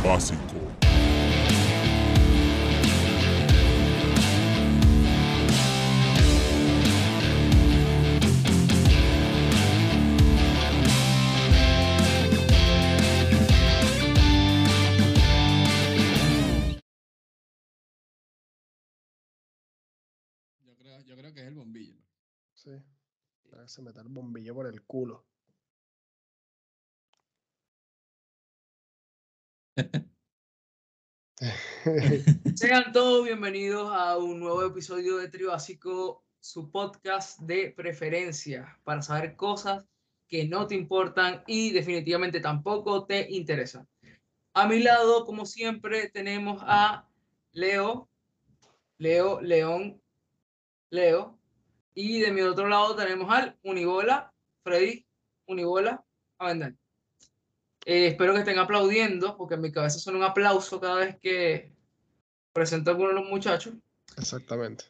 básico. Yo creo que es el bombillo. Sí. Se mete el bombillo por el culo. Sean todos bienvenidos a un nuevo episodio de Trío Básico, su podcast de preferencia para saber cosas que no te importan y definitivamente tampoco te interesan. A mi lado, como siempre, tenemos a Leo, León, Leo, y de mi otro lado tenemos al Unibola, Freddy, Unibola, Avendaño. Espero que estén aplaudiendo, porque en mi cabeza suena un aplauso cada vez que presento a alguno de los muchachos. Exactamente.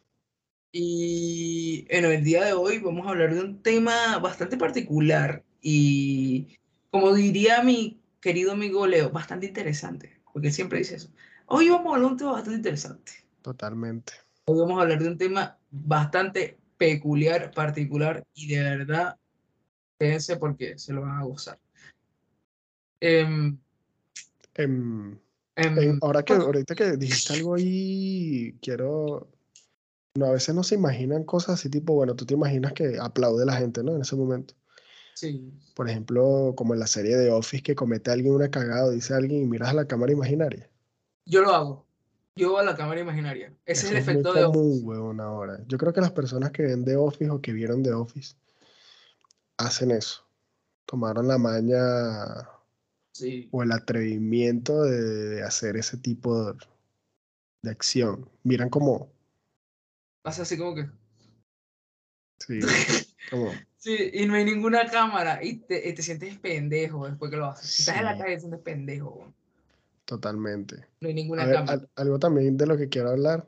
Y en el día de hoy vamos a hablar de un tema bastante particular y, como diría mi querido amigo Leo, bastante interesante, porque él siempre dice eso. Hoy vamos a hablar de un tema bastante interesante. Totalmente. Hoy vamos a hablar de un tema bastante peculiar, particular y de verdad, quédense porque se lo van a gozar. Em, Ahorita que dijiste algo ahí, no, a veces no se imaginan cosas así tipo, bueno, tú te imaginas que aplaude la gente, ¿no? En ese momento. sí, Por ejemplo, como en la serie de Office que comete alguien una cagada, dice alguien y miras a la cámara imaginaria. yo lo hago. Yo a la cámara imaginaria. Ese es Eso el es muy efecto de común, Office. weón, ahora. Yo creo que las personas que ven The Office o que vieron The Office hacen eso. Tomaron la maña Sí. o el atrevimiento de hacer ese tipo de acción. Miran como, Pasa así como que... sí, como, Sí, y no hay ninguna cámara y te sientes pendejo después que lo haces. Si estás en la sí, calle, te sientes pendejo, weón. totalmente. No hay A ninguna ver, cámara. algo también de lo que quiero hablar.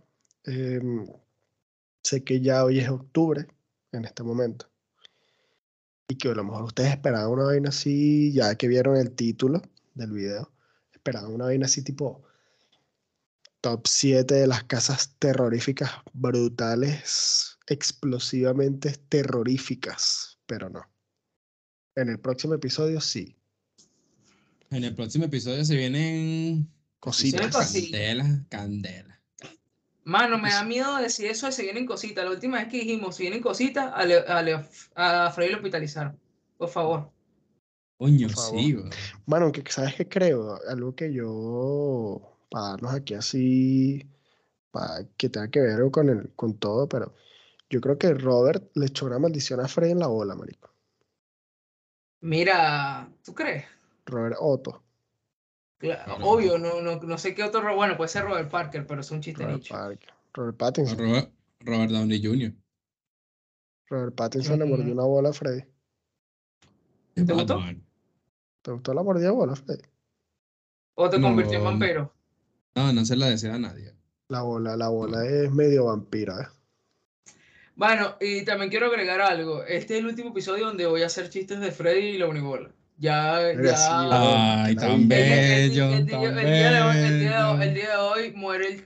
Sé que ya hoy es octubre, en este momento, y que a lo mejor ustedes esperaban una vaina así, ya que vieron el título del video, esperaban una vaina así tipo top 7 de las casas terroríficas brutales, explosivamente terroríficas, pero no. En el próximo episodio sí, En el próximo episodio se vienen cositas. candela. Mano, me da miedo decir eso de se vienen cositas. La última vez que dijimos se vienen cositas, a Freddy lo hospitalizaron. Por favor. Coño, Por favor. sí, weón. Bueno, aunque sabes que creo, algo que yo, para darnos aquí así, para que tenga que ver con todo, pero yo creo que Robert le echó una maldición a Frey en la bola, marico. Mira, ¿tú crees? Robert Otto, Pero, Obvio, no sé qué otro. Bueno, puede ser Robert Parker, pero es un chiste Robert nicho. Parker, Robert Pattinson. Robert Downey Jr. Robert Yo Pattinson le mordió no- una bola a Freddy. de ¿Te gustó? Batman. ¿Te gustó la mordida de bola, Freddy? ¿O te convirtió en No, vampiro? no se la desea a nadie. La bola No. es medio vampira, ¿eh? Bueno, y también quiero agregar algo. Este es el último episodio donde voy a hacer chistes de Freddy y la Unibola. Ya, Verga, sí, ya. weón, qué Ay, tan ladilla, weón. bello, tan bello. El día de hoy muere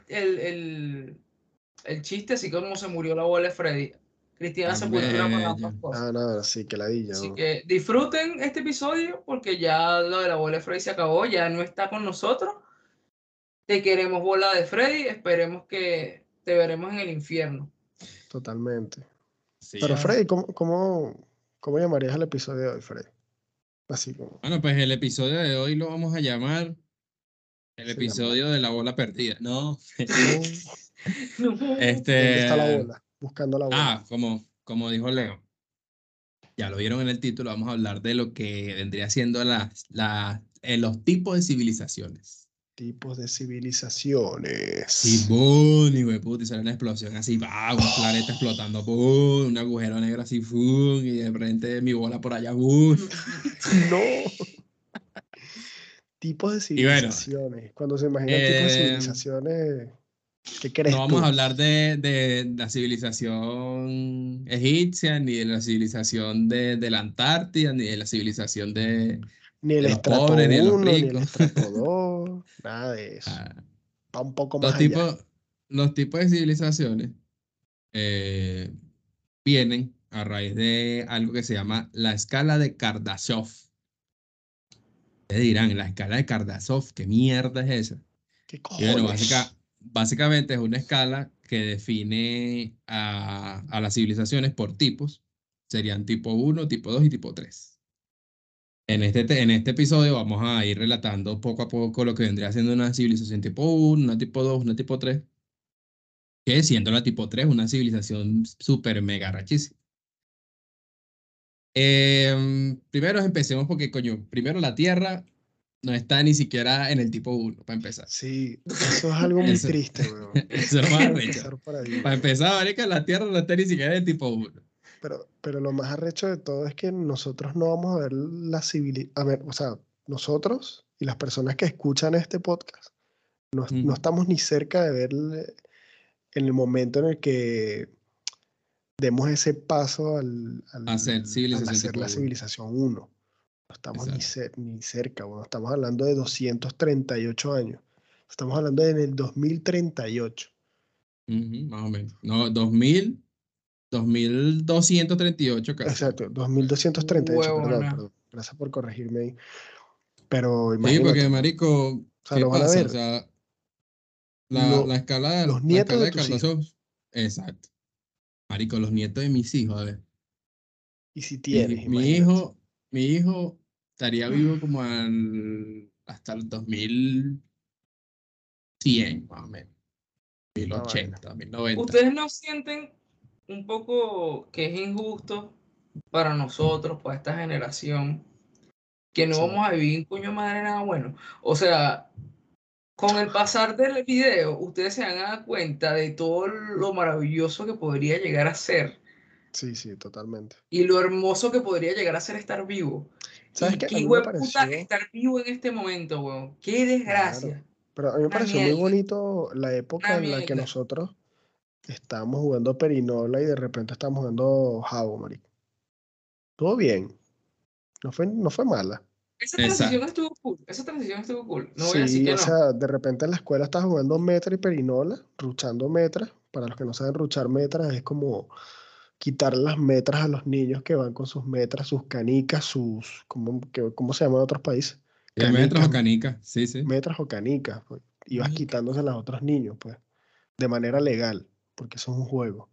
el chiste, así como se murió la abuela de Freddy. Cristiana Tan Sepultura para bello. ambas cosas. Ah, no, sí, qué ladilla, Así weón. que disfruten este episodio porque ya lo de la abuela de Freddy se acabó, ya no está con nosotros. Te queremos, bola de Freddy. Esperemos que te veremos en el infierno. Totalmente. Sí. Pero Ya. Freddy, ¿cómo llamarías el episodio de hoy, Freddy? Así como Bueno, pues el episodio de hoy lo vamos a llamar el se llama. episodio de la bola perdida. No. No, No. ¿dónde está la Este. bola? Buscando la bola. Como dijo Leo, ya lo vieron en el título, vamos a hablar de lo que vendría siendo los tipos de civilizaciones. Tipos de civilizaciones. Sí, boom, y puta, y sale una explosión así, ¡pah! Un planeta explotando, boom, un agujero negro así, boom, y de repente mi bola por allá, boom. No. Tipos de Y bueno, civilizaciones. Cuando se imaginan tipos de eh, civilizaciones, ¿qué no crees vamos a tú? hablar de la civilización egipcia, ni de la civilización de la Antártida, ni de la civilización Ni el de los estrato pobres, ni de los 1, ni el ricos. estrato 2, nada de eso. Ah, Va un poco más Los allá. tipos, los tipos de civilizaciones eh, vienen a raíz de algo que se llama la escala de Kardashev. Ustedes dirán, la escala de Kardashev, ¿qué mierda es esa? ¿Qué Y bueno, cojones? básicamente es una escala que define a las civilizaciones por tipos. Serían tipo uno, tipo 2 y tipo 3. En este episodio vamos a ir relatando poco a poco lo que vendría siendo una civilización tipo uno, una tipo 2, una tipo 3, que siendo la tipo 3 una civilización súper mega rachísima. Primero empecemos porque, coño, primero la Tierra no está ni siquiera en el tipo uno para empezar. Sí, eso es algo muy Eso, triste, weón. eso es lo más Para arrecho. empezar por ahí, Para weón. empezar, marica, la Tierra no está ni siquiera en el tipo uno. Pero lo más arrecho de todo es que nosotros no vamos a ver la civilización. A ver, o sea, nosotros y las personas que escuchan este podcast no Ujú. estamos ni cerca de ver en el momento en el que demos ese paso Hacer al civilización hacer tipo la uno. civilización uno. No estamos Exacto. ni cerca, bueno, estamos hablando de 238 años. Estamos hablando de en el 2038. Ujú, más o menos. No, 2238 casi. Exacto, 2238, perdón, Huevona. perdón. Gracias por corregirme ahí. Pero Sí, porque, imagínate, ¿no? O marico, sea, ¿qué lo van a pasa? O ver sea, lo- los la nietos escala de de tus hijos. Kardashev. Exacto. Marico, los nietos de mis hijos, a ver. Y si Mi, tienes, mi imagínate. hijo, mi hijo estaría vivo como hasta el 2100, más o menos. mil Una vaina. ochenta 1090. ¿Ustedes no sienten un poco que es injusto para nosotros, para esta generación, que no Sí, vamos a vivir un coño de madre nada bueno? O sea, con el pasar del video, ustedes se van a dar cuenta de todo lo maravilloso que podría llegar a ser sí, sí, totalmente. y lo hermoso que podría llegar a ser estar vivo. ¿Sabes Y qué? qué A mí hijo me de puta pareció, estar vivo en este momento, weón. Qué claro, desgracia. pero a mí me Una pareció muy mierda, bonito la época una en la que mierda. nosotros estábamos jugando Perinola y de repente estábamos jugando Jabo, marico. Todo bien, no fue mala. Esa transición Exacto. estuvo cool. Esa transición estuvo cool. No voy a decir Sí, que o no. sea, de repente en la escuela estás jugando Metra y Perinola, ruchando metras. Para los que no saben ruchar metras, es como quitar las metras a los niños que van con sus metras, sus canicas, ¿cómo se llama en otros países? Metros Canicas, o canicas, sí, sí. metras o canicas, pues. Ibas Nica. quitándoselas a otros niños, pues, de manera legal, porque eso es un juego.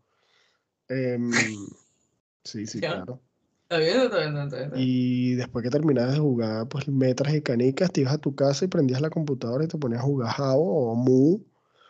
Em, sí, sí, ¿Ya? claro. Está bien, está bien, está bien, está bien. Y después que terminabas de jugar, pues, metras y canicas, te ibas a tu casa y prendías la computadora y te ponías a jugar Jabo o Mu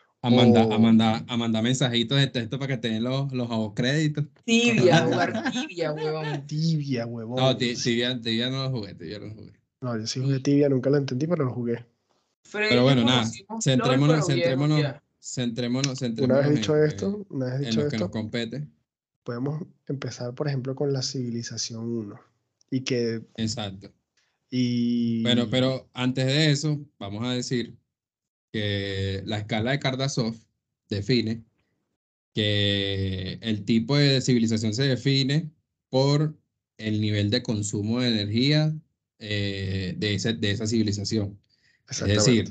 o A mandar mensajitos de texto para que te den los créditos. Tibia, totalmente. jugar tibia, weón. Tibia, No, huevón. Sí. tibia no lo jugué, tibia no lo jugué. No, yo sí jugué Y tibia, nunca lo entendí, pero lo jugué. Pero Frey y yo bueno, nada, conocimos LOL, pero viejos ya. Una vez centrémonos dicho esto, una vez en dicho lo que nos esto, compete. podemos empezar, por ejemplo, con la civilización uno. Y que, Exacto. Bueno, y, pero antes de eso, vamos a decir que la escala de Kardashev define que el tipo de civilización se define por el nivel de consumo de energía de esa civilización. Es exactamente, decir,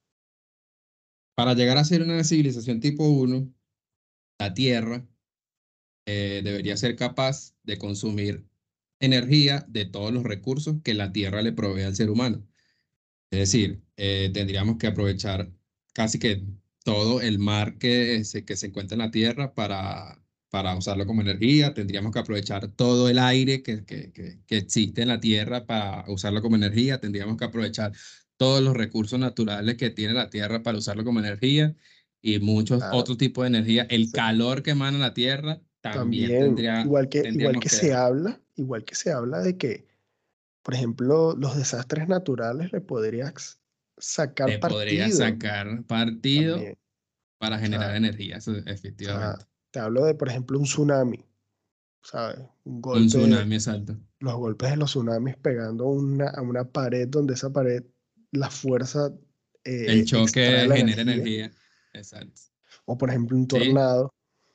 para llegar a ser una civilización tipo uno, la Tierra debería ser capaz de consumir energía de todos los recursos que la Tierra le provee al ser humano. Es decir, tendríamos que aprovechar casi que todo el mar que se encuentra en la Tierra para usarlo como energía. Tendríamos que aprovechar todo el aire que existe en la Tierra para usarlo como energía. Tendríamos que aprovechar todos los recursos naturales que tiene la Tierra para usarlo como energía y muchos claro. otros tipos de energía. El Se- calor que emana la Tierra también También, igual tendríamos que se que habla, igual que se habla de que, por ejemplo, los desastres naturales le podrías sacar le podría partido sacar partido también. para O sea, generar energía, eso, o sea, efectivamente. te hablo de, por ejemplo, un tsunami, ¿sabes? Un Un golpe, tsunami, exacto. los golpes de los tsunamis pegando a una pared donde esa pared, la fuerza El extrae choque la genera energía, energía, exacto. o por ejemplo un Sí, tornado.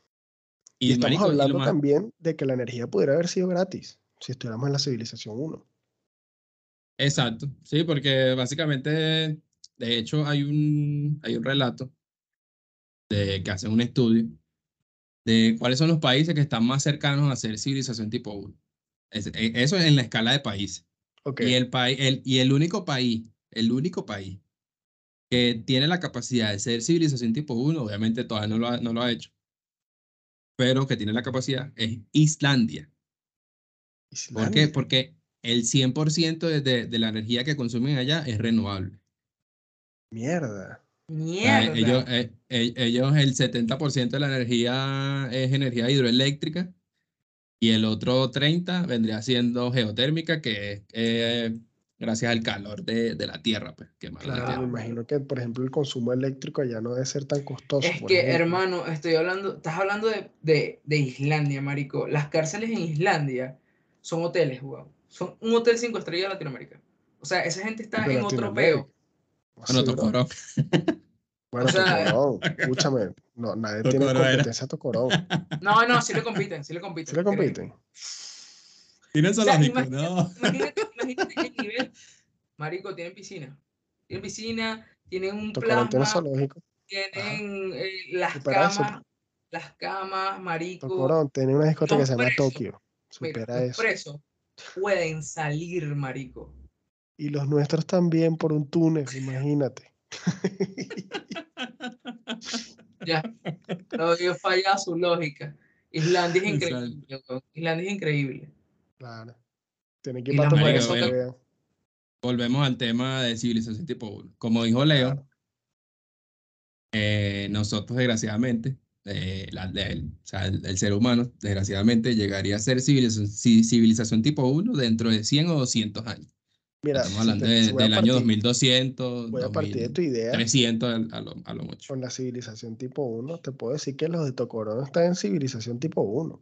Y y estamos marico, y lo hablando más, también de que la energía pudiera haber sido gratis si estuviéramos en la civilización uno. Exacto, sí, porque básicamente, de hecho, hay un relato que hacen un estudio de cuáles son los países que están más cercanos a ser civilización tipo 1. Eso es en la escala de países. Ok, Y el único país que tiene la capacidad de ser civilización tipo 1, obviamente todavía no lo ha hecho, pero que tiene la capacidad es Islandia. ¿Por qué? Islandia. Porque el 100% de la energía que consumen allá es renovable. Mierda. O sea, ellos, Mierda. ellos, el 70% de la energía es energía hidroeléctrica y el otro 30% vendría siendo geotérmica, que es gracias al calor de la tierra, pues, quemando la Claro, me tierra. imagino que, por ejemplo, el consumo eléctrico allá no debe ser tan costoso, Es por que, ejemplo. hermano, estás hablando de Islandia, marico. Las cárceles en Islandia son hoteles, weón. Son un hotel 5 estrellas de Latinoamérica. O sea, esa gente está De en otro peo. Latinoamérica. Bueno, Así, bro. Tocorón. O Bueno, sea, Tocorón, escúchame. No, nadie tiene Tocorón era. competencia a Tocorón. no, sí le compiten, ¿Sí le créeme. compiten? Tiene O sea, zoológico, no. imagínate el nivel. Marico, tienen piscina. Tienen piscina, tienen un Tocorón tiene plasma, zoológico. Ajá. tienen Supera eso. las camas, marico. Tocorón tiene una discoteca que Los se llama presos, Tokio. mira, Supera los eso. presos pueden salir, marico. Y los nuestros también por un túnel, imagínate. Ya, no dio falla su lógica. Islandia es Exacto. increíble, weón. Islandia es increíble. Claro. Tienen que ir Y para las Tocorón playas Marico, para son que bueno, vean. volvemos al tema de civilización tipo 1. Como dijo Leo, Claro. nosotros desgraciadamente, o sea, el ser humano, desgraciadamente, llegaría a ser civilización tipo 1 dentro de 100 o 200 años. Mira, Estamos hablando si del año 2200, voy a partir de tu idea 2300 a lo mucho. con la civilización tipo 1, te puedo decir que los de Tocorón están en civilización tipo 1.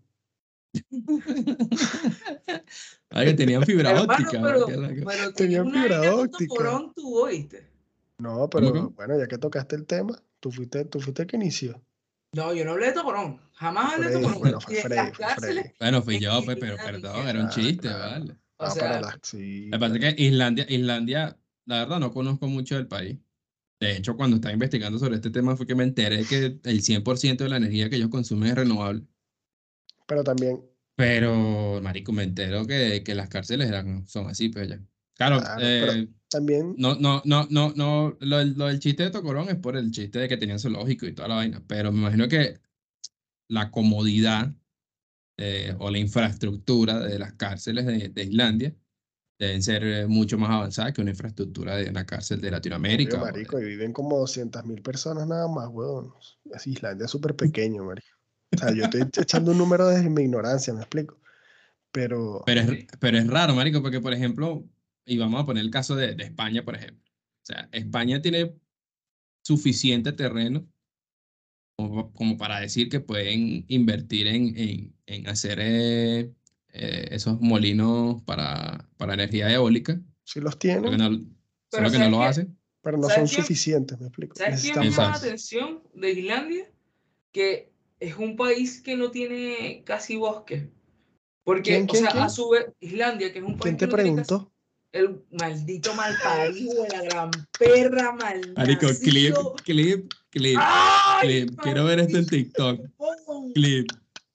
Ay, que tenían fibra Hermano, óptica. ¿Va? pero tienes Tenían una fibra vaina con óptica. Tocorón, tú oíste. No, ¿Cómo, pero cómo? bueno, ya que tocaste el tema, tú fuiste el que inició. No, yo no hablé de Tocorón. Jamás hablé de Freddy, Tocorón. bueno, fue Y de Freddy, las fue cárceles Freddy. Bueno, fui en yo, pues, pero perdón, Islandia. era un Claro, chiste, claro. ¿vale? O No, pero sea, sí, Lo que pasa es pero que Islandia, la verdad no conozco mucho del país. De hecho, cuando estaba investigando sobre este tema fue que me enteré que el 100% de la energía que ellos consumen es renovable. también, Pero, marico, me entero que las cárceles son así, pues ya. Claro, claro, pero también, no, lo del chiste de Tocorón es por el chiste de que tenían zoológico y toda la vaina, pero me imagino que la comodidad o la infraestructura de las cárceles de Islandia deben ser mucho más avanzadas que una infraestructura de una cárcel de obvio, Latinoamérica. marico, y viven como 200.000 personas nada más, weón. Islandia es súper pequeño, marico. O sea, yo estoy echando un número desde mi ignorancia, me explico. Pero, Pero es raro, marico, porque, por ejemplo, y vamos a poner el caso de España, por ejemplo. O sea, España tiene suficiente terreno como para decir que pueden invertir en hacer esos molinos para energía eólica, sí los solo que tienen, no, pero solo que no lo hacen. pero no son ¿sabes qué? suficientes, me explico. ¿Sabes qué me Necesitan llama la Exacto. más. atención de Islandia? Que es un país que no tiene casi bosque. Porque, ¿Quién, o quién, sea, a quién? su vez, Islandia, que es un ¿Quién país que te no tiene casi. preguntó? El maldito malparido de la gran perra Marico, malnacido. ¡Ay, Quiero ver esto en maldito TikTok. huevón! Clip.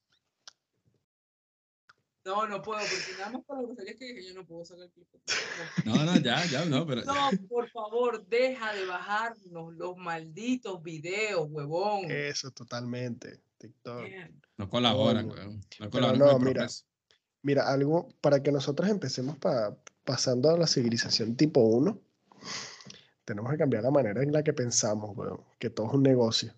No, no puedo, porque nada más con la grosería que dije, yo no puedo sacar el clip. No. No, ya, no, pero No, por favor, deja de bajarnos los malditos videos, huevón. Eso, totalmente. TikTok. Mierda. no colaboran, Coño. weón. No Pero colaboran con el no, mira, progreso. algo para que nosotros empecemos pasando a la civilización tipo 1, tenemos que cambiar la manera en la que pensamos, weón, que todo es un negocio.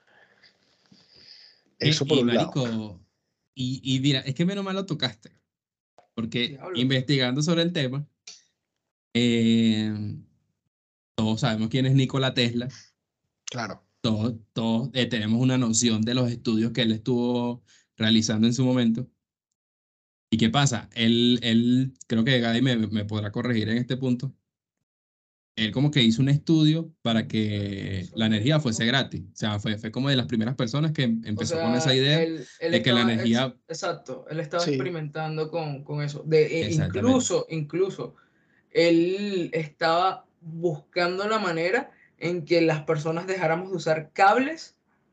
Eso por Y un lado. marico, y mira, es que menos mal lo tocaste, porque Diablo. investigando sobre el tema, eh, todos sabemos quién es Nikola Tesla, Claro. todos tenemos una noción de los estudios que él estuvo realizando en su momento. ¿Y qué pasa? Creo que Gaby me podrá corregir en este punto. Él como que hizo un estudio para que la energía fuese gratis. O sea, fue como de las primeras personas que O empezó con esa sea, idea él de que la estaba, energía, exacto, él estaba Sí. experimentando con eso. exactamente, Incluso él estaba buscando la manera en que las personas dejáramos de usar cables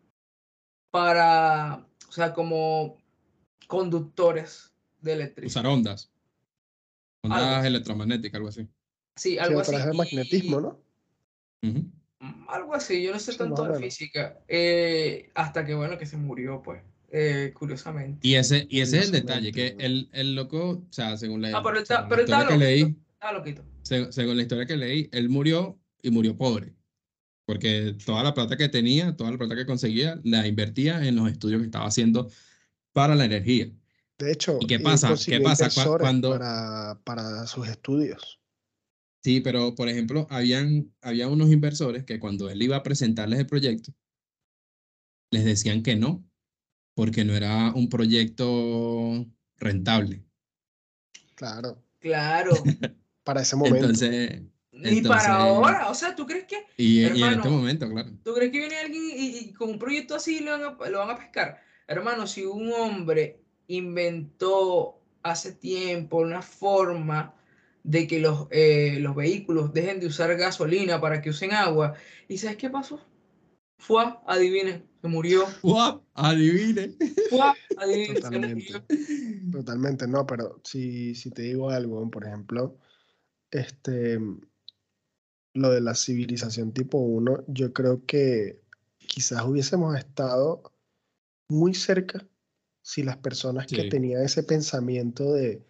para, o sea, como conductores de Usar electricidad. ondas Algo así. electromagnéticas, algo así. Sí, Sí, algo a así. través del magnetismo, ¿no? Ujú. Algo así, yo no sé Sí, más tanto o de menos. física, hasta que bueno, que se murió, pues, curiosamente. Y ese es el detalle, Curiosamente, que ¿no? el loco, o sea, Ah, pero según la él estaba historia que loquito, leí, estaba loquito. según la historia que leí, él murió y murió pobre, porque toda la plata que tenía, toda la plata que conseguía, la invertía en los estudios que estaba haciendo para la energía. De ¿Y hecho, qué pasa? ¿Qué consiguió pasa inversores cuando... para sus estudios. Sí, pero por ejemplo, había unos inversores que cuando él iba a presentarles el proyecto, les decían que no, porque no era un proyecto rentable. Claro, Claro, para ese momento. Entonces, ni para entonces, ahora, o sea, ¿tú crees que, y en este hermano, momento, claro. tú crees que viene alguien y con un proyecto así lo van a pescar? Hermano, si un hombre inventó hace tiempo una forma de que los vehículos dejen de usar gasolina para que usen agua, ¿y sabes qué pasó? Fue, adivinen, se murió. ¡Guau! Adivine. Fue, adivinen, se Totalmente. murió. Totalmente, no, pero si te digo algo, por ejemplo, este, lo de la civilización tipo uno, yo creo que quizás hubiésemos estado muy cerca si las personas que Sí, tenían ese pensamiento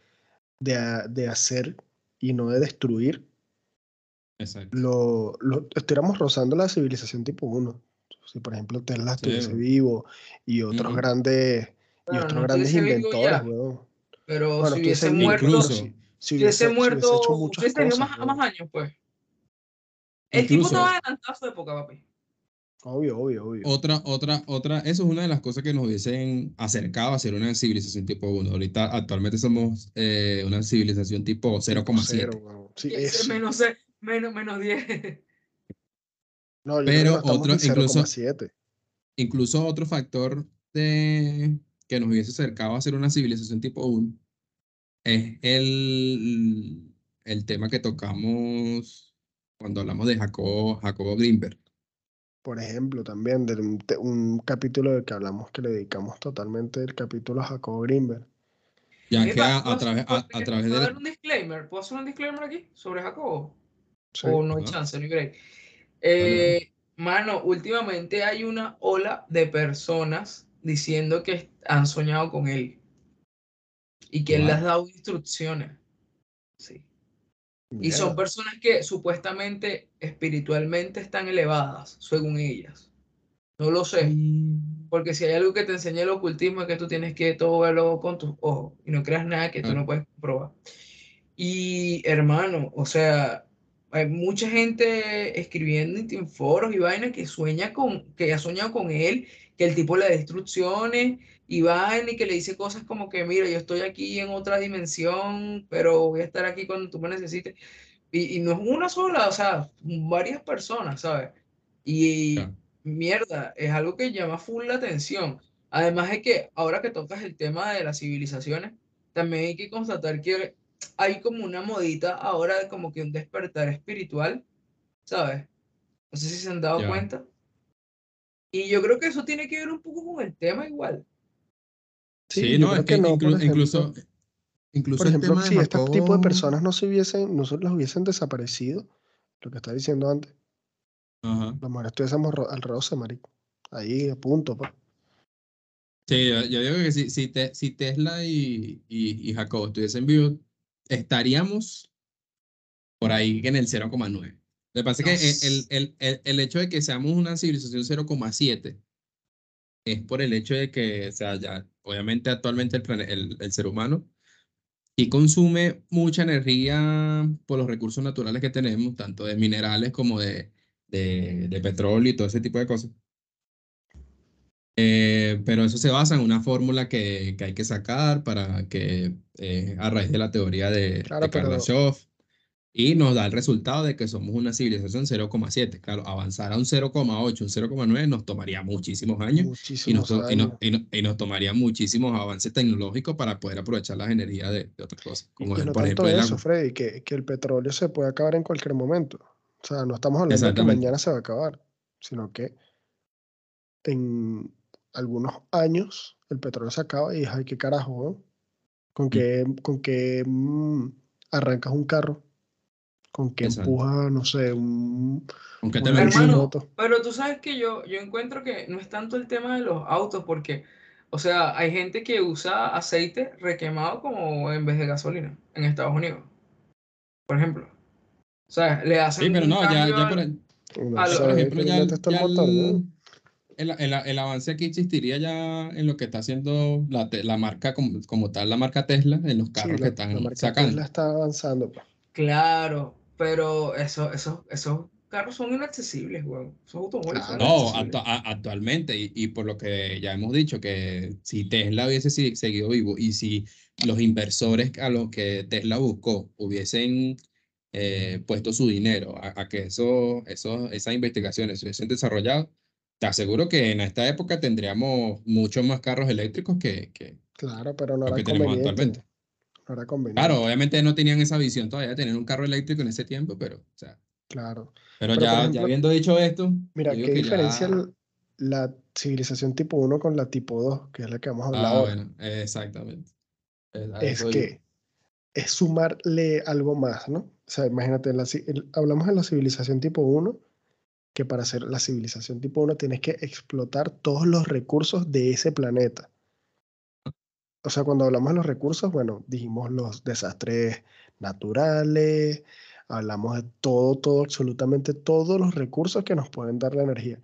de hacer y no de destruir, exacto. estuviéramos rozando la civilización tipo uno. Si por ejemplo Tesla Sí, estuviese vivo y ujú. otros Bueno, no grandes estuviese vivo inventores, ya, weón. pero Bueno, si estuviese hubiese vivo, muerto, pero Incluso, si hubiese hecho si muchas hubiese tenido cosas, más weón. años, pues. El tipo estaba incluso, adelantado a su época, papi. Obvio, obvio, obvio. eso es una de las cosas que nos hubiesen acercado a ser una civilización tipo uno. Ahorita, actualmente somos una civilización tipo Tipo cero, 0,7. weón. Sí, Y ese eso. menos 10. No, yo creo que no Pero estamos ni 0,7. incluso otro factor que nos hubiese acercado a ser una civilización tipo uno es el tema que tocamos cuando hablamos de Jacobo Greenberg. Por ejemplo, también un capítulo del que hablamos que le dedicamos totalmente el capítulo a Jacobo Greenberg. Ya que Epa, a través ¿puedo dar del... un disclaimer? ¿Puedo hacer un disclaimer aquí sobre Jacobo? ¿O Sí. no hay Ajá, chance, no hay break? dale, dale. Mano, últimamente hay una ola de personas diciendo que han soñado con él y que él les ha What? dado instrucciones. Sí. Y son Mierda. personas que supuestamente espiritualmente están elevadas, según ellas. No lo sé, Mm, porque si hay algo que te enseña el ocultismo es que tú tienes que todo verlo con tus ojos y no creas nada que tú no claro, puedes comprobar. Y hermano, o sea, hay mucha gente escribiendo en foros y vainas que ha soñado con él, que el tipo le da instrucciones y vaina y que le dice cosas como que, mira, yo estoy aquí en otra dimensión, pero voy a estar aquí cuando tú me necesites. Y no es una sola, o sea, varias personas, ¿sabes? Y ya, mierda, es algo que llama full la atención. Además de que ahora que tocas el tema de las civilizaciones, también hay que constatar que hay como una modita ahora de como que un despertar espiritual, ¿sabes? No sé si se han dado ya. cuenta. Y yo creo que eso tiene que ver un poco con el tema igual. Sí, Sí, yo no, creo es que que no, incluso por el ejemplo, tema de si este tipo de Jacobo... personas no se les hubiesen desaparecido, lo que estaba diciendo antes, Ajá. a lo mejor estuviésemos al roce, marico. Ahí a punto, pues. Sí, yo digo que si Tesla y Jacobo estuviesen vivos, estaríamos por ahí en el 0,9. Lo que pasa es que Nos, el hecho de que seamos una civilización 0,7 es por el hecho de que, o sea, ya, obviamente actualmente el ser humano y consume mucha energía por los recursos naturales que tenemos, tanto de minerales como de petróleo y todo ese tipo de cosas. Pero eso se basa en una fórmula que hay que sacar para que, a raíz de la teoría de Claro, pero Kardashev Y nos da el resultado de que somos una civilización 0,7. Claro, avanzar a un 0,8, un 0,9 nos tomaría muchísimos años Muchísimos años. y nos tomaría muchísimos avances tecnológicos para poder aprovechar las energías de otras cosas, como Y no por tanto ejemplo el eso, agua. Freddy, que el petróleo se puede acabar en cualquier momento. O sea, no estamos hablando de que Exactamente. mañana se va a acabar, sino que en algunos años el petróleo se acaba y ay, qué carajo, ¿no? ¿Con qué arrancas un carro? ¿Con qué Exacto. empujas, no sé, ¿Con qué te una medicinas? Hermano, bicimoto? pero tú sabes que yo encuentro que no es tanto el tema de los autos, porque, o sea, hay gente que usa aceite requemado como en vez de gasolina en Estados Unidos, por ejemplo. O sea, le Sí, hacen pero un no, cambio No al- ya por sé, ejemplo, que le metes todo el motor, ¿no? el avance aquí existiría ya en lo que está haciendo la marca como tal, la marca Tesla, en los Sí, carros que la están marca Tesla sacando. está avanzando, pues. Claro, pero esos carros son inaccesibles, weón. Esos automóviles son Claro, No, inaccesibles. actualmente, y por lo que ya hemos dicho, que si Tesla hubiese seguido vivo y si los inversores a los que Tesla buscó hubiesen puesto su dinero a que esas investigaciones se hubiesen desarrollado, te aseguro que en esta época tendríamos muchos más carros eléctricos que claro, pero no lo era que tenemos conveniente. actualmente. No era Claro, conveniente. obviamente no tenían esa visión todavía de tener un carro eléctrico en ese tiempo, pero, o sea, Claro. pero Pero, por ya ejemplo, habiendo dicho esto, yo mira, digo ¿qué que diferencia ya. la civilización tipo uno con la tipo 2, que es la que vamos a hablar Ah, ahora? bueno, exactamente. A Es eso iba. que es sumarle algo más, ¿no? O sea, imagínate, hablamos de la civilización tipo uno, que para ser la civilización tipo uno tienes que explotar todos los recursos de ese planeta. O sea, cuando hablamos de los recursos, bueno, dijimos los desastres naturales, hablamos de todo, absolutamente todos los recursos que nos pueden dar la energía.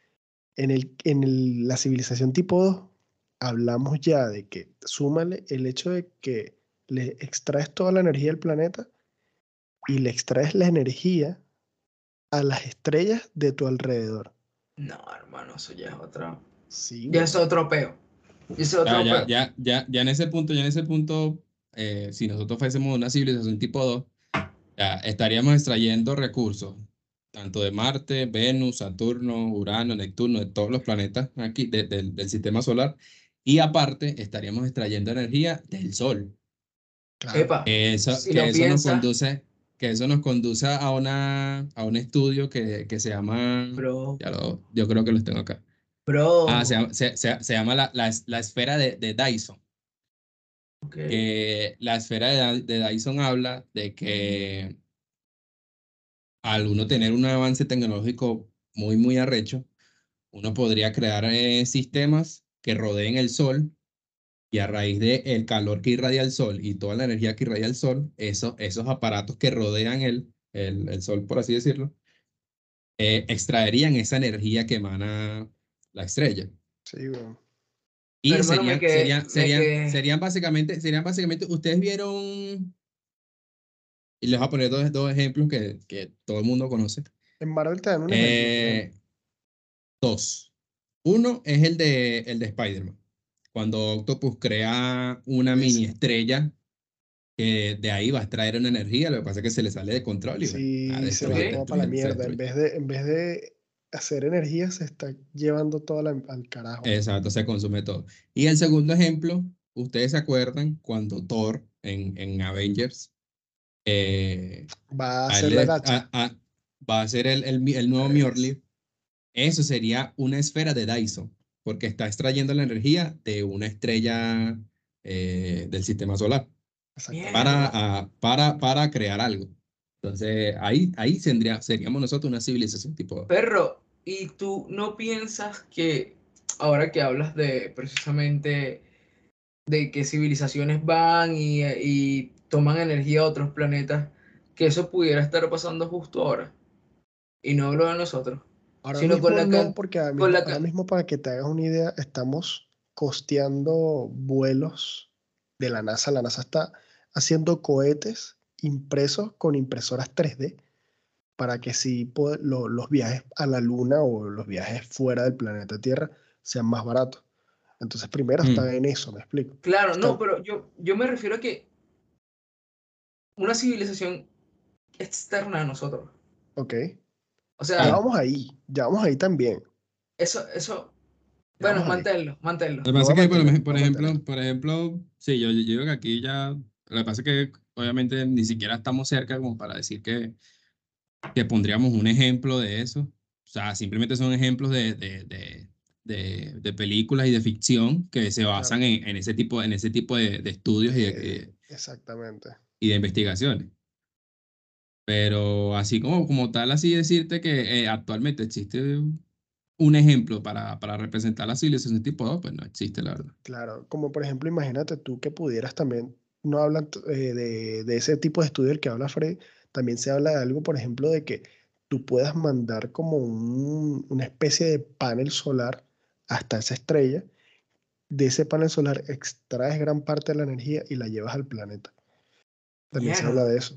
La civilización tipo 2 hablamos ya de que súmale el hecho de que le extraes toda la energía del planeta y le extraes la energía a las estrellas de tu alrededor. No, hermano, eso ya es otro. Sí, Ya es weón. otro peo. Ya es otro peo. Ya en ese punto, si nosotros fuésemos una civilización tipo 2, ya estaríamos extrayendo recursos, tanto de Marte, Venus, Saturno, Urano, Neptuno, de todos los planetas aquí del sistema solar, y aparte estaríamos extrayendo energía del Sol. Claro. Epa, si Que lo eso nos piensas, conduce, que eso nos conduce a un estudio que se llama, bro, yo creo que los tengo acá. bro. Se llama la esfera de Dyson. Ok. Que la esfera de Dyson habla de que al uno tener un avance tecnológico muy arrecho, uno podría crear sistemas que rodeen el Sol y a raíz del calor que irradia el Sol y toda la energía que irradia el Sol, esos aparatos que rodean el Sol, por así decirlo, extraerían esa energía que emana la estrella. Sí, weón. Y Hermano, serían básicamente, ustedes vieron, y les voy a poner dos ejemplos que todo el mundo conoce. En Marvel te dan un ejemplo, por ejemplo. Eh, Dos. Uno es el de Spider-Man, cuando Octopus crea una Sí, mini sí. estrella que de ahí va a extraer una energía, lo que pasa es que se le sale de control y bueno, Sí, se va toda para la se mierda. En destruye. vez de hacer energía, se está llevando toda al carajo. Exacto, se consume todo. Y el segundo ejemplo, ustedes se acuerdan cuando Thor en Avengers Va a a él hacer la gacha. va a ser el nuevo Es- Mjolnir. Eso sería una esfera de Dyson, porque está extrayendo la energía de una estrella del sistema solar exactamente. para, Mierda. para crear algo. Entonces, ahí seríamos nosotros una civilización tipo. Perro, ¿y tú no piensas que ahora que hablas de precisamente de que civilizaciones van y toman energía a otros planetas, que eso pudiera estar pasando justo ahora? Y no hablo de nosotros, Ahora sino con mismo la no, can- porque con la ahora can- mismo para que te hagas una idea, estamos costeando vuelos de la NASA. La NASA está haciendo cohetes impresos con impresoras 3D para que si los viajes a la Luna o los viajes fuera del planeta Tierra sean más baratos. Entonces primero Mm, está en eso, me explico. Claro, no, Están, pero yo me refiero a que una civilización, externa a nosotros. Ok. O Ya sea, vamos ahí también. eso, Ya bueno, vamos ahí. manténlo. Lo que Lo pasa voy es a que, mantener, por lo voy a mantener. ejemplo, sí, yo digo que aquí ya, lo que pasa es que obviamente ni siquiera estamos cerca como para decir que pondríamos un ejemplo de eso. O sea, simplemente son ejemplos de películas y de ficción que se Claro. basan en ese tipo de estudios Exactamente. y de investigaciones. Pero así como tal, así decirte que actualmente existe un ejemplo para representar la civilización tipo 2, pues no existe, la verdad. Claro. Como por ejemplo, imagínate tú que pudieras también, no hablan de ese tipo de estudio del que habla Fred, también se habla de algo, por ejemplo, de que tú puedas mandar como una especie de panel solar hasta esa estrella. De ese panel solar extraes gran parte de la energía y la llevas al planeta. También se habla Mierda. de eso.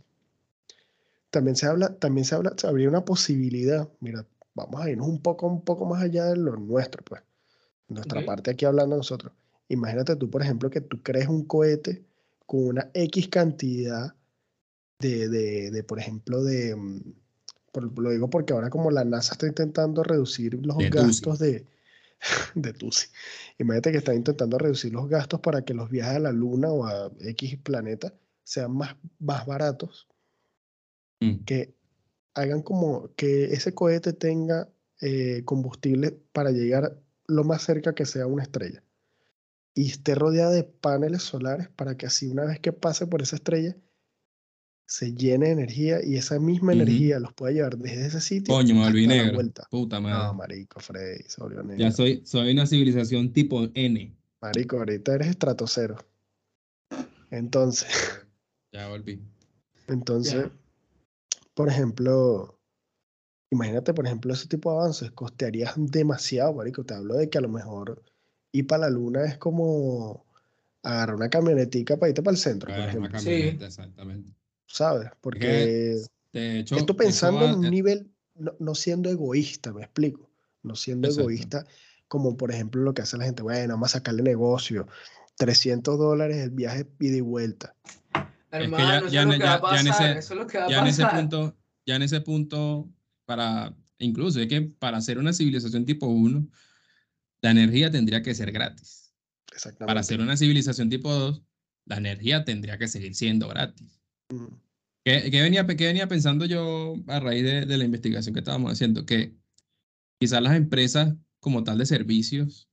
Se habría una posibilidad, mira, vamos a irnos un poco más allá de lo nuestro, pues, Ok. nuestra parte aquí hablando nosotros. Imagínate tú, por ejemplo, que tú crees un cohete con una X cantidad por ejemplo, lo digo porque ahora como la NASA está intentando reducir los De Tusi. gastos de TUSI. Imagínate que están intentando reducir los gastos para que los viajes a la Luna o a X planeta sean más baratos, Mm. que hagan como que ese cohete tenga combustible para llegar lo más cerca que sea a una estrella y esté rodeada de paneles solares para que así una vez que pase por esa estrella se llene de energía y esa misma Ujú. energía los pueda llevar desde ese sitio Coño, me volví hasta la negro. vuelta. Puta No, madre. marico, Freddy, se volvió Ya negro. soy una civilización tipo N. Marico, ahorita eres estratosfero. Entonces, Ya volví. entonces, Ya. por ejemplo, imagínate, por ejemplo, ese tipo de avances costearías demasiado, marico. Te hablo de que a lo mejor ir para la luna es como agarrar una camionetica para irte para el centro, por Agarrar una ejemplo, camioneta, Sí. exactamente. ¿sabes? Es que, Porque de esto hecho, eso pensando en va. un nivel, no siendo egoísta, me explico, no siendo Exacto. egoísta, como por ejemplo lo que hace la gente, bueno, vamos a sacarle negocio, $300 el viaje ida y vuelta. Es que ya, Hermano, eso ya, es lo en- que va a ya, pasar. Eso es lo que va a ya en ese pasar. punto, ya en ese punto, incluso es que para ser una civilización tipo uno, la energía tendría que ser gratis. Para Exactamente. ser una civilización tipo 2, la energía tendría que seguir siendo gratis. Mm. ¿Qué venía pensando yo a raíz de la investigación que estábamos haciendo? Que quizás las empresas como tal de servicios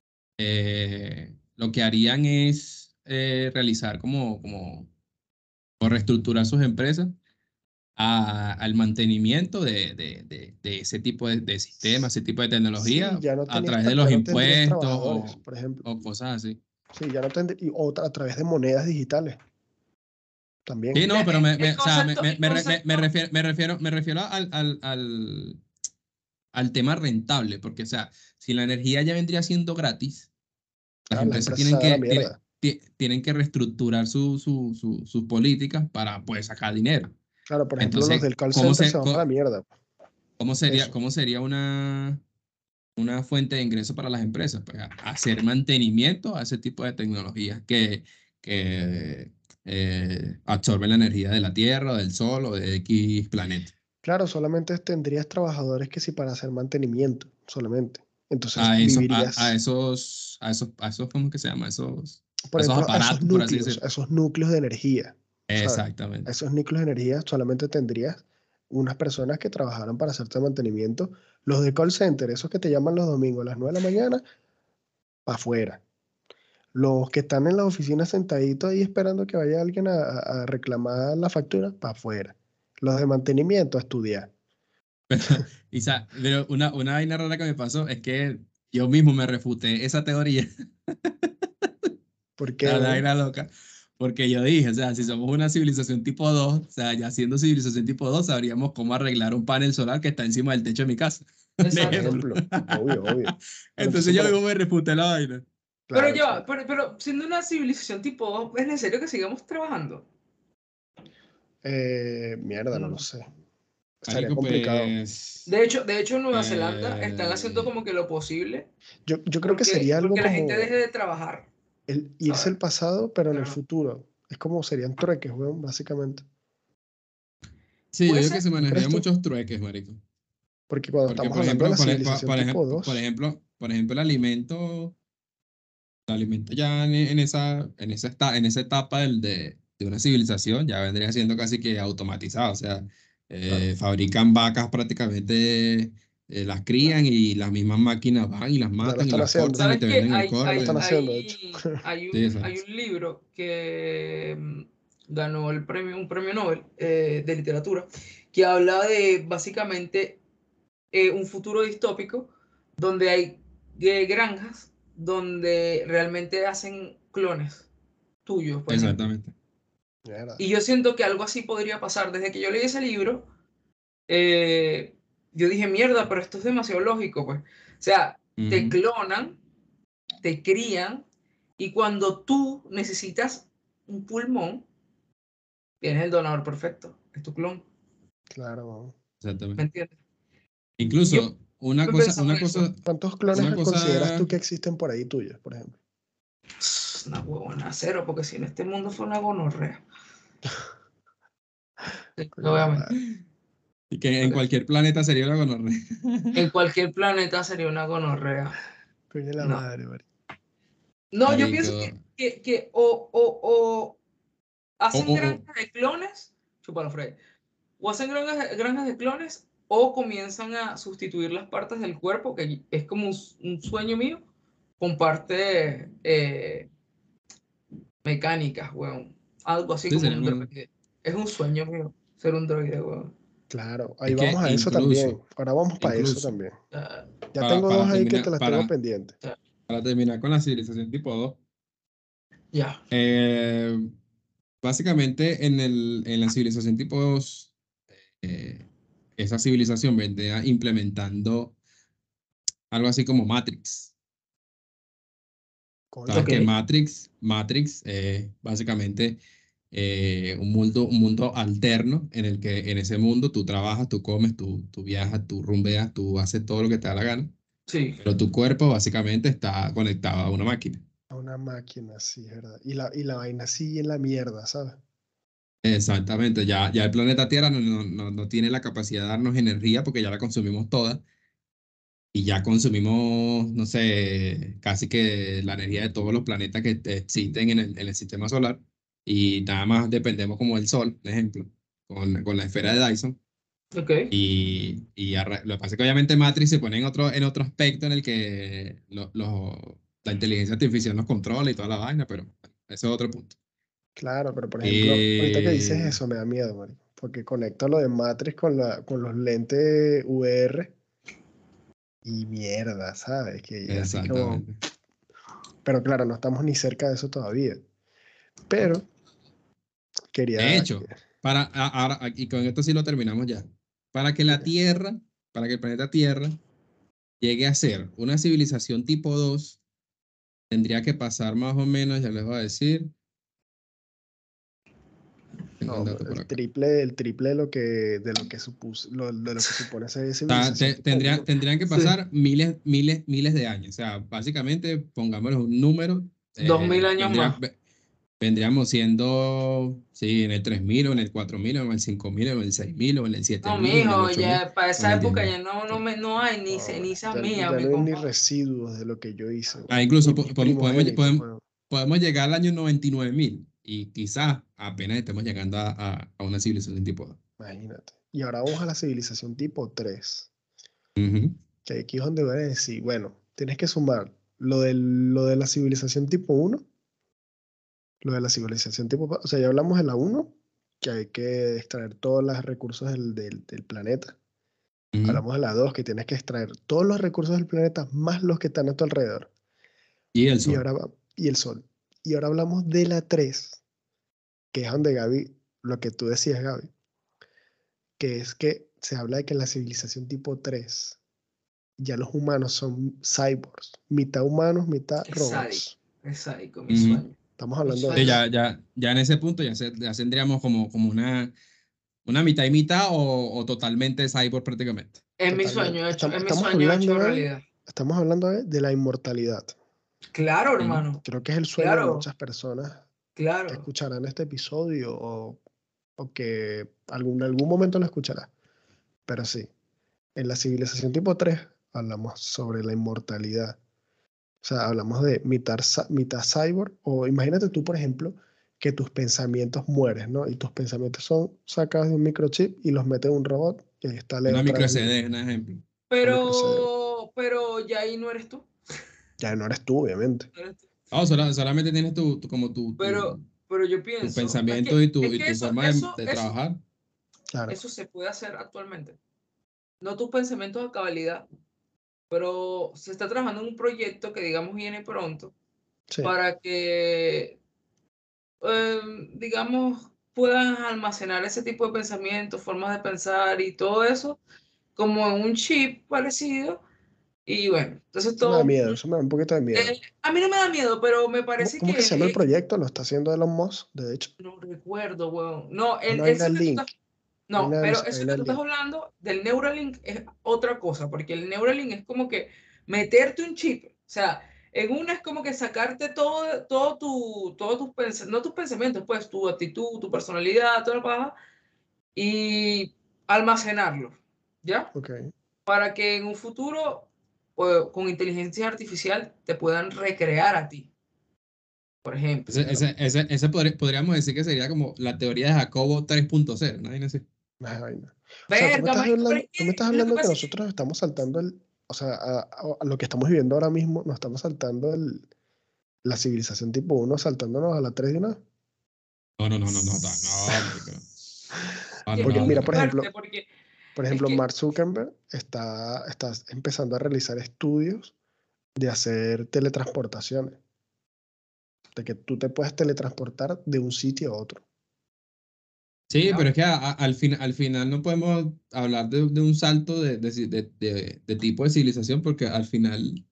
lo que harían es realizar o reestructurar sus empresas al mantenimiento de ese tipo de sistemas, ese tipo de Sí, tecnología a través de los ya no tendrías impuestos trabajadores, por ejemplo. o cosas así. Sí, ya no tendrías, a través de monedas digitales Sí, también. no, pero El o sea, concepto, el concepto, me refiero al tema rentable, porque, o sea, si la energía ya vendría siendo gratis, las Claro, las empresas empresas se van a la mierda. tienen que reestructurar sus políticas para poder sacar dinero. Claro, por ejemplo, los Entonces, del call center se van para la mierda. Eso. cómo sería una fuente de ingreso para las empresas? Pues hacer mantenimiento a ese tipo de tecnologías que absorben la energía de la Tierra, o del Sol o de X planeta. Claro, solamente tendrías trabajadores que sí para hacer mantenimiento, solamente. Entonces A eso, vivirías, a esos, ¿cómo que se llama? por A esos ejemplo, aparatos, por así decirlo. a esos núcleos de energía, ¿sabes? A Exactamente. esos núcleos de energía solamente tendrías unas personas que trabajaran para hacerte mantenimiento. Los de call center, esos que te llaman los domingos a las 9 de la mañana, para afuera. Los que están en las oficinas sentaditos ahí esperando que vaya alguien a reclamar la factura, para afuera. Los de mantenimiento a estudiar. Pero una vaina rara que me pasó es que yo mismo me refuté esa teoría, ¿Por qué, la bro? vaina loca, porque yo dije, o sea, si somos una civilización tipo 2, o sea, ya siendo civilización tipo 2, sabríamos cómo arreglar un panel solar que está encima del techo de mi casa, un Por exacto. ejemplo. ejemplo, obvio, obvio. Pero Entonces entonces, yo mismo me refuté la vaina. Pero claro, ya, claro. pero siendo una civilización tipo 2, ¿es necesario que sigamos trabajando? Mierda, no lo Mm. sé. Estaría Marico, complicado. pues, De hecho, en Nueva Zelanda están haciendo eh, como que lo posible Yo creo que sería algo porque la gente deje como de trabajar, el irse ¿sabes? al pasado, pero en el Claro. futuro. Es como serían trueques, weón, básicamente. Sí, yo ¿Puede digo que ser? se manejaría ¿Crees tú? muchos trueques, marico. Porque cuando Porque, estamos hablando de la civilización tipo por 2, ejemplo, el alimento ya en esa etapa de una civilización ya vendría siendo casi que automatizado. O sea, claro, fabrican vacas prácticamente, las crían y las mismas máquinas van y las ya lo matan y están las haciendo. cortan y ¿Sabes te qué? venden el Ya lo están corte. haciendo, de hecho. Sí, Hay exacto. un libro que ganó un premio Nobel de literatura que habla de básicamente un futuro distópico donde hay granjas donde realmente hacen clones tuyos, por ejemplo. Exactamente. Mierda. Y yo siento que algo así podría pasar. Desde que yo leí ese libro, eh, yo dije, mierda, pero esto es demasiado lógico, pues. O sea, te Ujú. clonan, te crían, y cuando tú necesitas un pulmón, tienes el donador perfecto, es tu clon, Claro, weón. ¿me Exactamente. entiendes? Yo Incluso he pensado en eso. ¿Cuántos clones una consideras cosa, tú que existen por ahí tuyos, por ejemplo? Una huevona, cero, porque si en este mundo fue una gonorrea, Coño de la obviamente. madre. y que en cualquier planeta sería una gonorrea. En cualquier planeta sería una gonorrea. Coño de la No. madre, marico. No, yo Marico. pienso que o O, hacen o, o, granjas de clones, chúpalo, Fred, o hacen granjas de clones, o comienzan a sustituir las partes del cuerpo, que es como un sueño mío, con partes mecánicas, weón. Algo así sí, como sería un como, droide. Es un sueño mío ser un droide, weón. Claro, ahí es vamos que a eso también. Ahora vamos para eso incluso, también. Ah, Ya tengo dos para ahí que te terminar, las tengo pendientes. ah, para terminar con la civilización tipo 2, ya. eh, básicamente en la civilización tipo 2, eh, esa civilización vendría implementando algo así como Matrix. Coño, Sabes Ok. que Matrix es básicamente, un mundo alterno en el que en ese mundo tú trabajas, tú comes, tú viajas, tú rumbeas, tú haces todo lo que te da la gana, Sí. pero tu cuerpo básicamente está conectado a una máquina. a una máquina, sí, es verdad. Y la vaina sigue en la mierda, ¿sabes? Exactamente, ya el planeta Tierra no tiene la capacidad de darnos energía porque ya la consumimos toda y ya consumimos, no sé, casi que la energía de todos los planetas que existen en el sistema solar y nada más dependemos como del Sol, por ejemplo, con la esfera de Dyson. Ok. Lo que pasa es que obviamente Matrix se pone en otro aspecto en el que la inteligencia artificial nos controla y toda la vaina, pero bueno, ese es otro punto. Claro, pero por ejemplo, ahorita que dices Eh, eso me da miedo, marico, porque conecto lo de Matrix con los lentes VR y mierda, ¿sabes? Que ya así como... exactamente. Pero claro, no estamos ni cerca de eso todavía. Pero De quería... hecho, y con esto sí lo terminamos ya. Para que la Dime. Tierra, para que el planeta Tierra llegue a ser una civilización tipo 2, tendría que pasar más o menos, ya les voy a decir, tengo el No, dato por acá. el triple de lo que de lo que supone ser Sea, civilización tipo uno. tendrían que Sí. pasar miles de años. O sea, básicamente, pongámosle un número, 2000 años más. vendríamos siendo, sí, en el 3000 o en el 4000 o en el 5000 o en el 6000 o en el siete No, mil o en el mijo, 8000 ya para o en esa el época 10000. ya Sí. no hay ni No, man, cenizas ya, mías, ya mi no hay ni compa. residuos de lo que yo hice, Ah, weón. incluso Mis primogénitos, weón. podemos llegar al año 99000 y quizás apenas estemos llegando a una civilización tipo 2. Imagínate. Y ahora vamos a la civilización tipo 3, Ujú. que aquí es donde voy a decir, bueno, tienes que sumar lo de la civilización tipo uno, lo de la civilización tipo, o sea, ya hablamos de la uno, que hay que extraer todos los recursos del planeta. Ujú. Hablamos de la 2, que tienes que extraer todos los recursos del planeta más los que están a tu alrededor. Y el Y Sol. ahora y el Sol. Y ahora hablamos de la 3, que es donde Gaby, lo que tú decías, Gaby, que es que se habla de que en la civilización tipo 3 ya los humanos son cyborgs, mitad humanos, mitad robots. Es sádico, mi Ujú. sueño. Estamos Mi hablando de Sí, sueño. eso. ya en ese punto ya tendríamos como una mitad y mitad o totalmente cyborg prácticamente. Totalmente. Es mi sueño hecho realidad. Estamos hablando de la inmortalidad. Claro, Ujú. hermano. Creo que es el sueño de Claro, muchas personas que claro. escucharán este episodio o o que en algún momento lo escucharás. Pero sí, en la civilización tipo 3 hablamos sobre la inmortalidad. O sea, hablamos de mitad cyborg, o imagínate tú, por ejemplo, que tus pensamientos mueren, ¿no? Y tus pensamientos son sacados de un microchip y los metes en un robot y ahí está Leo Una otra micro vez. CD, un ejemplo. Pero ya ahí no eres tú. Ya no eres tú, obviamente. No eres tú. No, solamente tienes como Pero yo tu pienso, pensamiento y es y que tu forma de trabajar. Claro. eso se puede hacer actualmente. No tus pensamientos a cabalidad, pero se está trabajando en un proyecto que digamos viene pronto Sí. para que, digamos, puedan almacenar ese tipo de pensamientos, formas de pensar y todo eso como en un chip parecido. Y bueno, entonces Eso me da todo, miedo, eso me da un poquito de miedo. a mí no me da miedo, pero me parece ¿Cómo que se llama el que, proyecto? Lo está haciendo Elon Musk, de hecho. no recuerdo, weón. No, Una vaina eso que tú Link. estás, Hay no, una, pero hay eso que una tú estás Link. hablando del Neuralink es otra cosa, porque el Neuralink es como que meterte un chip, o sea, en una es como que sacarte todos tus pensamientos, no tus pensamientos, pues tu actitud, tu personalidad, toda la paja, y almacenarlo, ¿ya? Ok. Para que en un futuro, pues, con inteligencia artificial, te puedan recrear a ti, por ejemplo. Ese podríamos decir que sería como la teoría de Jacobo 3.0, ¿no? Ahí no sé. Una vaina. O sea, Verga, marico, pero es tú me estás que lo que hablando que pasa es que nosotros estamos saltando o sea, a lo que estamos viviendo ahora mismo, nos estamos saltando la civilización tipo 1, saltándonos a la 3 de una vez. No, marico. No, no, es Porque no, no, mira, no. fuerte, porque por es ejemplo, que, Mark Zuckerberg está empezando a realizar estudios de hacer teletransportaciones, de que tú te puedes teletransportar de un sitio a otro. Sí, pero ya, es que al final no podemos hablar de un salto de tipo de civilización porque al final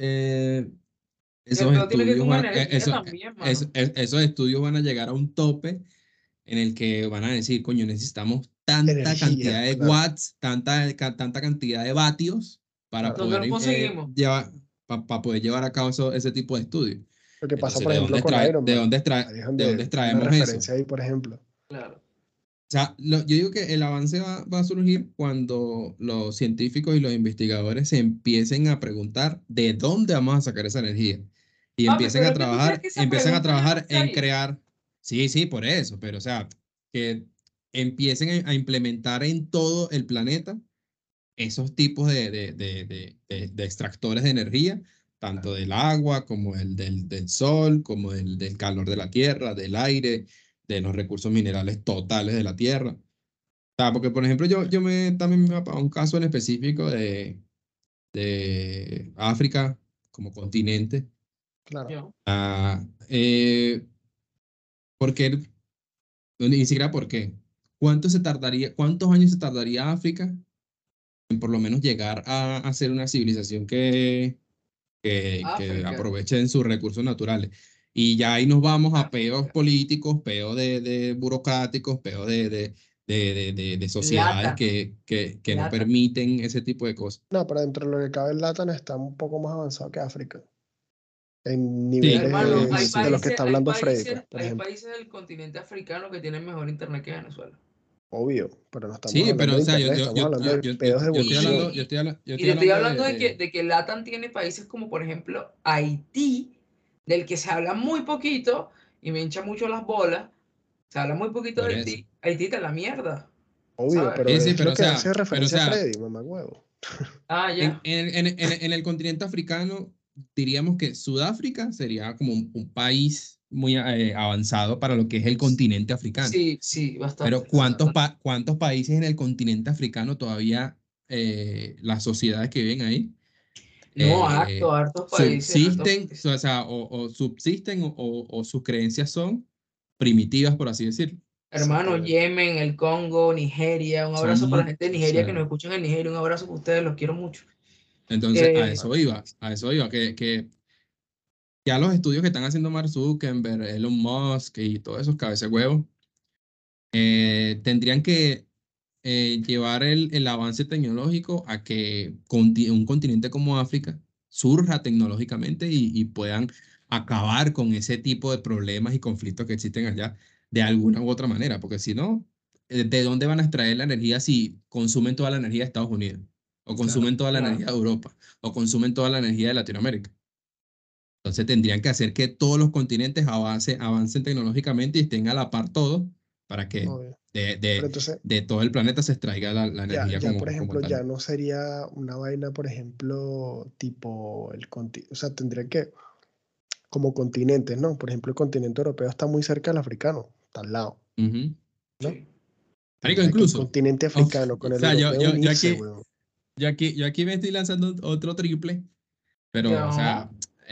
esos pero tiene que ver estudios con van, energía también, mano. esos estudios van a llegar a un tope en el que van a decir, coño, necesitamos tanta Energía, cantidad de claro, watts, tanta cantidad de vatios para claro. ¿Dónde poder lo conseguimos? poder llevar a cabo ese tipo de estudios. Lo que pasa, Entonces, por ejemplo, con Iron Man. Ahí es de dónde donde hay una extraemos eso? referencia ahí, por ejemplo. Claro. O sea, yo digo que el avance va a surgir cuando los científicos y los investigadores se empiecen a preguntar de dónde vamos a sacar esa energía y Papi, pero es que tú crees que esa empiecen a pregunta ya no trabajar está en ahí. crear, sí, sí, por eso, pero o sea, que empiecen a implementar en todo el planeta esos tipos de extractores de energía, tanto del agua como del sol, como del calor de la tierra, del aire, de los recursos minerales totales de la tierra. O sea, porque, por ejemplo, también me va a un caso en específico de África como continente. Claro. Yo. Ah, porque, ni siquiera por qué. ¿Cuántos años se tardaría África en por lo menos llegar a ser una civilización que África. aprovechen sus recursos naturales? Y ya ahí nos vamos a peos África. políticos, peos de burocráticos, peos de sociedades Latan. que no Latan. permiten ese tipo de cosas. No, pero dentro de lo que cabe el LATAM está un poco más avanzado que África. En Hermano, niveles de los que está hablando Freddy, pues, por hay ejemplo. países del continente africano que tienen mejor internet que Venezuela. Obvio, pero no estamos Sí, pero hablando o de sea, internet, estamos hablando de pedos de evolución. yo Y estoy te estoy hablando hablando de que LATAM tiene países como, por ejemplo, Haití, del que se habla muy poquito y me hincha mucho las bolas. Se habla muy poquito por de eso. Haití. Haití está en la mierda, Obvio, ¿sabes? pero Sí, sí, es lo que hace pero o referencia a sea, Freddy, mamá huevo. Ah, ya. en el continente africano, diríamos que Sudáfrica sería como un país muy avanzado para lo que es el continente africano. Sí, sí, bastante. Pero Sí, bastante. ¿cuántos países en el continente africano todavía las sociedades que viven ahí No, hartos países, hartos subsisten, países. o sea, o subsisten o sus creencias son primitivas, por así decirlo? Hermano, Exactamente. Yemen, el Congo, Nigeria. Un Son, abrazo para la o gente de Nigeria que sea, nos escuchan en Nigeria. Un abrazo para ustedes, los quiero mucho. entonces Eh, a eso iba, que ya los estudios que están haciendo Mark Zuckerberg, Elon Musk y todos esos cabecehuevos tendrían que llevar el avance tecnológico a que un continente como África surja tecnológicamente y puedan acabar con ese tipo de problemas y conflictos que existen allá de alguna u otra manera, porque si no, ¿de dónde van a extraer la energía si consumen toda la energía de Estados Unidos? O consumen toda la claro. energía de Europa, o consumen toda la energía de Latinoamérica. Entonces tendrían que hacer que todos los continentes avancen tecnológicamente y estén a la par todos para que Obvio. de, Pero de, entonces, de todo el planeta se extraiga la energía ya por como ejemplo, ya tal. no sería una vaina, por ejemplo, tipo o sea, tendría que, como continentes, ¿no? Por ejemplo, el continente europeo está muy cerca del africano, está al lado, Ujú. ¿no? Sí. Marico, Tendría que el incluso, continente o africano con el sea, europeo unirse, weón. yo aquí me estoy lanzando otro triple, pero, o Ya. sea,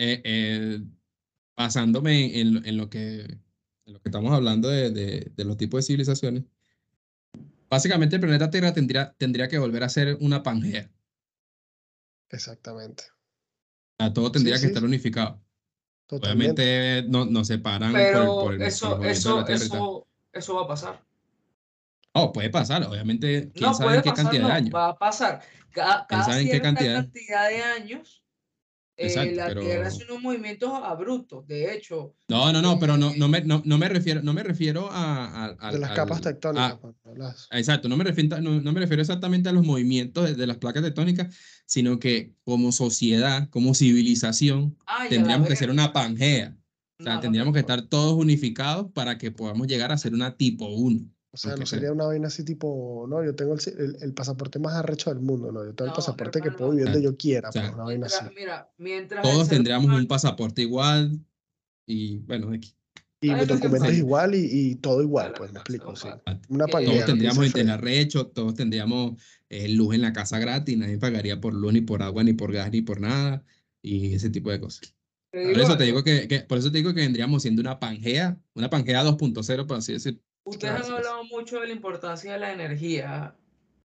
basándome en lo que estamos hablando de los tipos de civilizaciones, básicamente el planeta Tierra tendría que volver a ser una Pangea. Exactamente. O sea, todo Sí, tendría que sí, estar unificado. totalmente. Obviamente nos separan Pero por el movimiento de la Tierra y tal. eso va a pasar. Oh, puede pasar, obviamente, quién No sabe en puede qué pasar, cantidad de no, años. va a pasar. Quién Cada sabe en qué cierta cantidad. cantidad de años, Exacto, la Tierra hace pero unos movimientos abruptos. De hecho, no, pero eh, no me refiero De las capas tectónicas, pues, exacto, no me refiero exactamente a los movimientos de las placas tectónicas, sino que como sociedad, como civilización, y a la tendríamos que ser verga. una Pangea. O No, sea, a la verga. tendríamos que estar todos unificados para que podamos llegar a ser una tipo 1, o sea, aunque no sea. sería una vaina así tipo, no, yo tengo el pasaporte más arrecho del mundo, no, yo tengo el No, pasaporte que puedo hermano. vivir donde Exacto. yo O quiera, pues sea, una vaina así. Mientras el todos ser tendríamos un humano, pasaporte igual y bueno, aquí. Y ¿sabes lo que documentos pasa? Sí. igual y todo igual, ¿Sabes lo pues que me pasa, explico, sí. compadre? Una Todos pangea, lo que tendríamos dice Freddy. internet recho, todos tendríamos luz en la casa gratis, nadie pagaría por luz, ni por agua, ni por gas, ni por nada, y ese tipo de cosas. Te Por digo eso te algo. digo por eso te digo que vendríamos siendo una Pangea 2.0, por así decir. Ustedes han Claro, Así es. hablado mucho de la importancia de la energía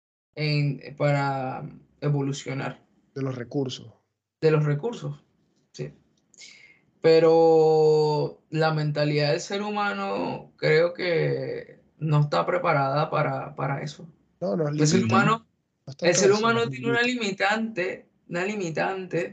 para evolucionar, de los recursos. de los recursos. Sí. Pero la mentalidad del ser humano creo que no está preparada para eso. No, nos El ser limita. Ujú. humano, No es el tanto ser eso, nos humano tiene limita. una limitante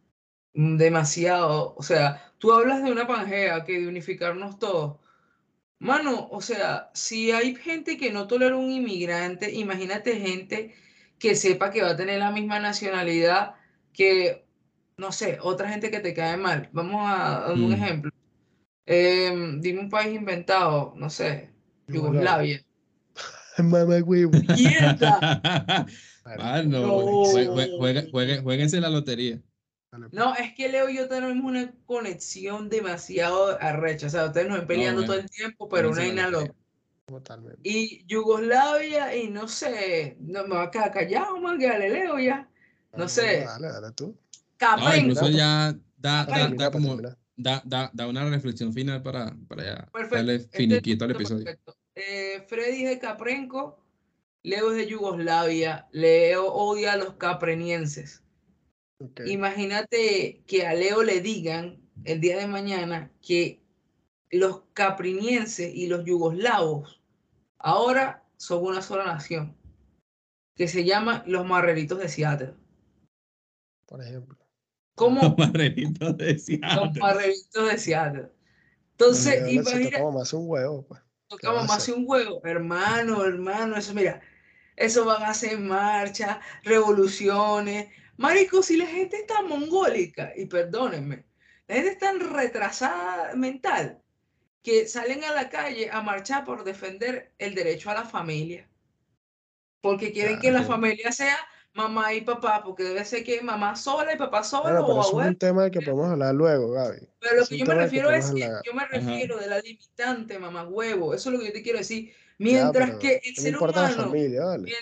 demasiado. O sea, tú hablas de una Pangea que de unificarnos todos. Mano, o sea, si hay gente que no tolera un inmigrante, imagínate gente que sepa que va a tener la misma nacionalidad que, no sé, otra gente que te cae mal. Vamos a dar un Mm. ejemplo. Dime un país inventado, no sé, Yugoslavia. Yugoslavia. Mamá huevo. ¡Mierda! Marico, Mano, No. jueguense la lotería. dale, pues. No, es que Leo y yo tenemos una conexión demasiado arrecha. O sea, ustedes nos ven No, peleando todo el tiempo, pero una jueguense la vaina lotería. loca. Totalmente. Y Yugoslavia, y no sé, no me va a quedar callado, man, que dale, Leo ya. No, No no, no, sé, dale, dale tú. No, Para terminar, incluso Caprenco, pues. ya Para Caprenco. terminar, para terminar. da una reflexión final para ya Perfecto, darle este es el finiquito al punto episodio. perfecto. Freddy es de Caprenco, Leo es de Yugoslavia, Leo odia a los caprenienses. Ok. Imagínate que a Leo le digan el día de mañana que los caprinienses y los yugoslavos ahora son una sola nación, que se llama los Marreritos de Seattle. Por ejemplo. Los ¿Cómo? marreritos de Los Seattle. Marreritos de Seattle. A Entonces, Leo se toca imagina, mamarse un huevo, pues. ¿Qué toca vas a mamarse hacer? un huevo, hermano, eso, mira, eso van a hacer marchas, revoluciones. Marico, si la gente está mongólica, y perdónenme, la gente está retrasada mental, que salen a la calle a marchar por defender el derecho a la familia, porque quieren que Claro. la Ok. familia sea mamá y papá, porque debe ser que mamá sola y papá Bueno, solo pero o eso es abuelo. un tema del que podemos hablar luego, Gaby. Pero lo Es que un yo me tema del que refiero podemos es que hablar. yo me Ajá. refiero de la limitante, mamá huevo. Eso es lo que yo te quiero decir. Ya, Mientras pero que el ¿qué me ser importa la humano, familia, vale?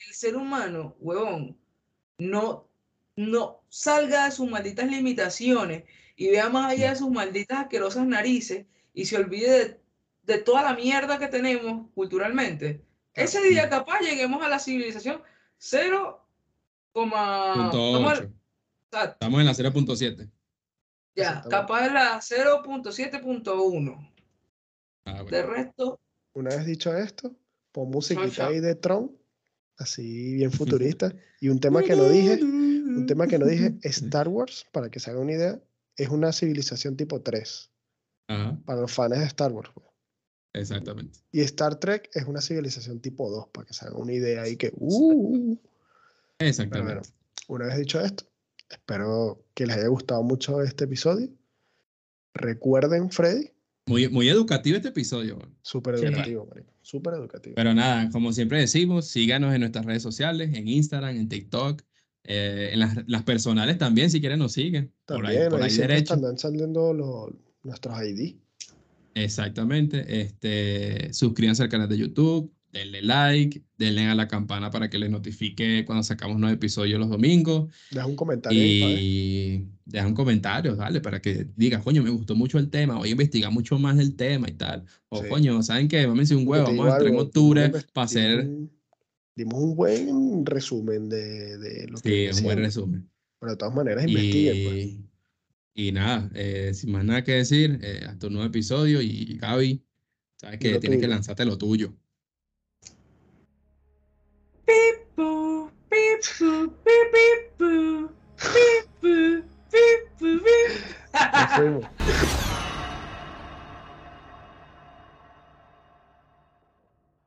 huevón, no, no salga de sus malditas limitaciones y vea más allá de sus malditas asquerosas narices y se olvide de toda la mierda que tenemos culturalmente, Claro, ese día capaz lleguemos a la civilización 0, Punto estamos 8. exacto, Estamos en la 0.7. ya, exactamente. capaz de la 0.7.1. Ah, bueno. De resto, Una vez dicho esto, pon chao, musiquita chao. ahí de Tron, así bien futurista. Y un tema que no dije, Star Wars, para que se haga una idea, es una civilización tipo 3 Ajá. para los fans de Star Wars, pues. Exactamente. Y Star Trek es una civilización tipo 2, para que se hagan una idea ahí que... Pero bueno, Exactamente. una vez dicho esto, espero que les haya gustado mucho este episodio. Recuerden, Freddy, Muy educativo este episodio. súper Sí. educativo, marico, súper educativo. Pero nada, como siempre decimos, síganos en nuestras redes sociales, en Instagram, en TikTok, en las personales también, si quieren nos siguen. También Por ahí ahí siempre derecho. están saliendo nuestros ID. Exactamente. Suscríbanse al canal de YouTube, denle like, denle a la campana para que les notifique cuando sacamos nuevos episodios los domingos. Deja un comentario ahí, ¿sabes? Y dejan comentarios, ¿vale? Para que digas, coño, me gustó mucho el tema, voy a investigar mucho más del tema y tal. O, Sí. coño, ¿saben qué? Vamos a decir un Porque huevo, te vamos digo a entrar en algo, octubre para hacer, dimos un buen resumen de lo que sí, viene un buen siendo. resumen. Pero de todas maneras, investiguen, pues. Y, y nada, sin más nada que decir, hasta un nuevo episodio y Gaby, sabes Di que lo tienes que tuyo. lanzarte lo tuyo. Pipu, pipu, pipu, pipu, pipu, pipu. Nos fuimos.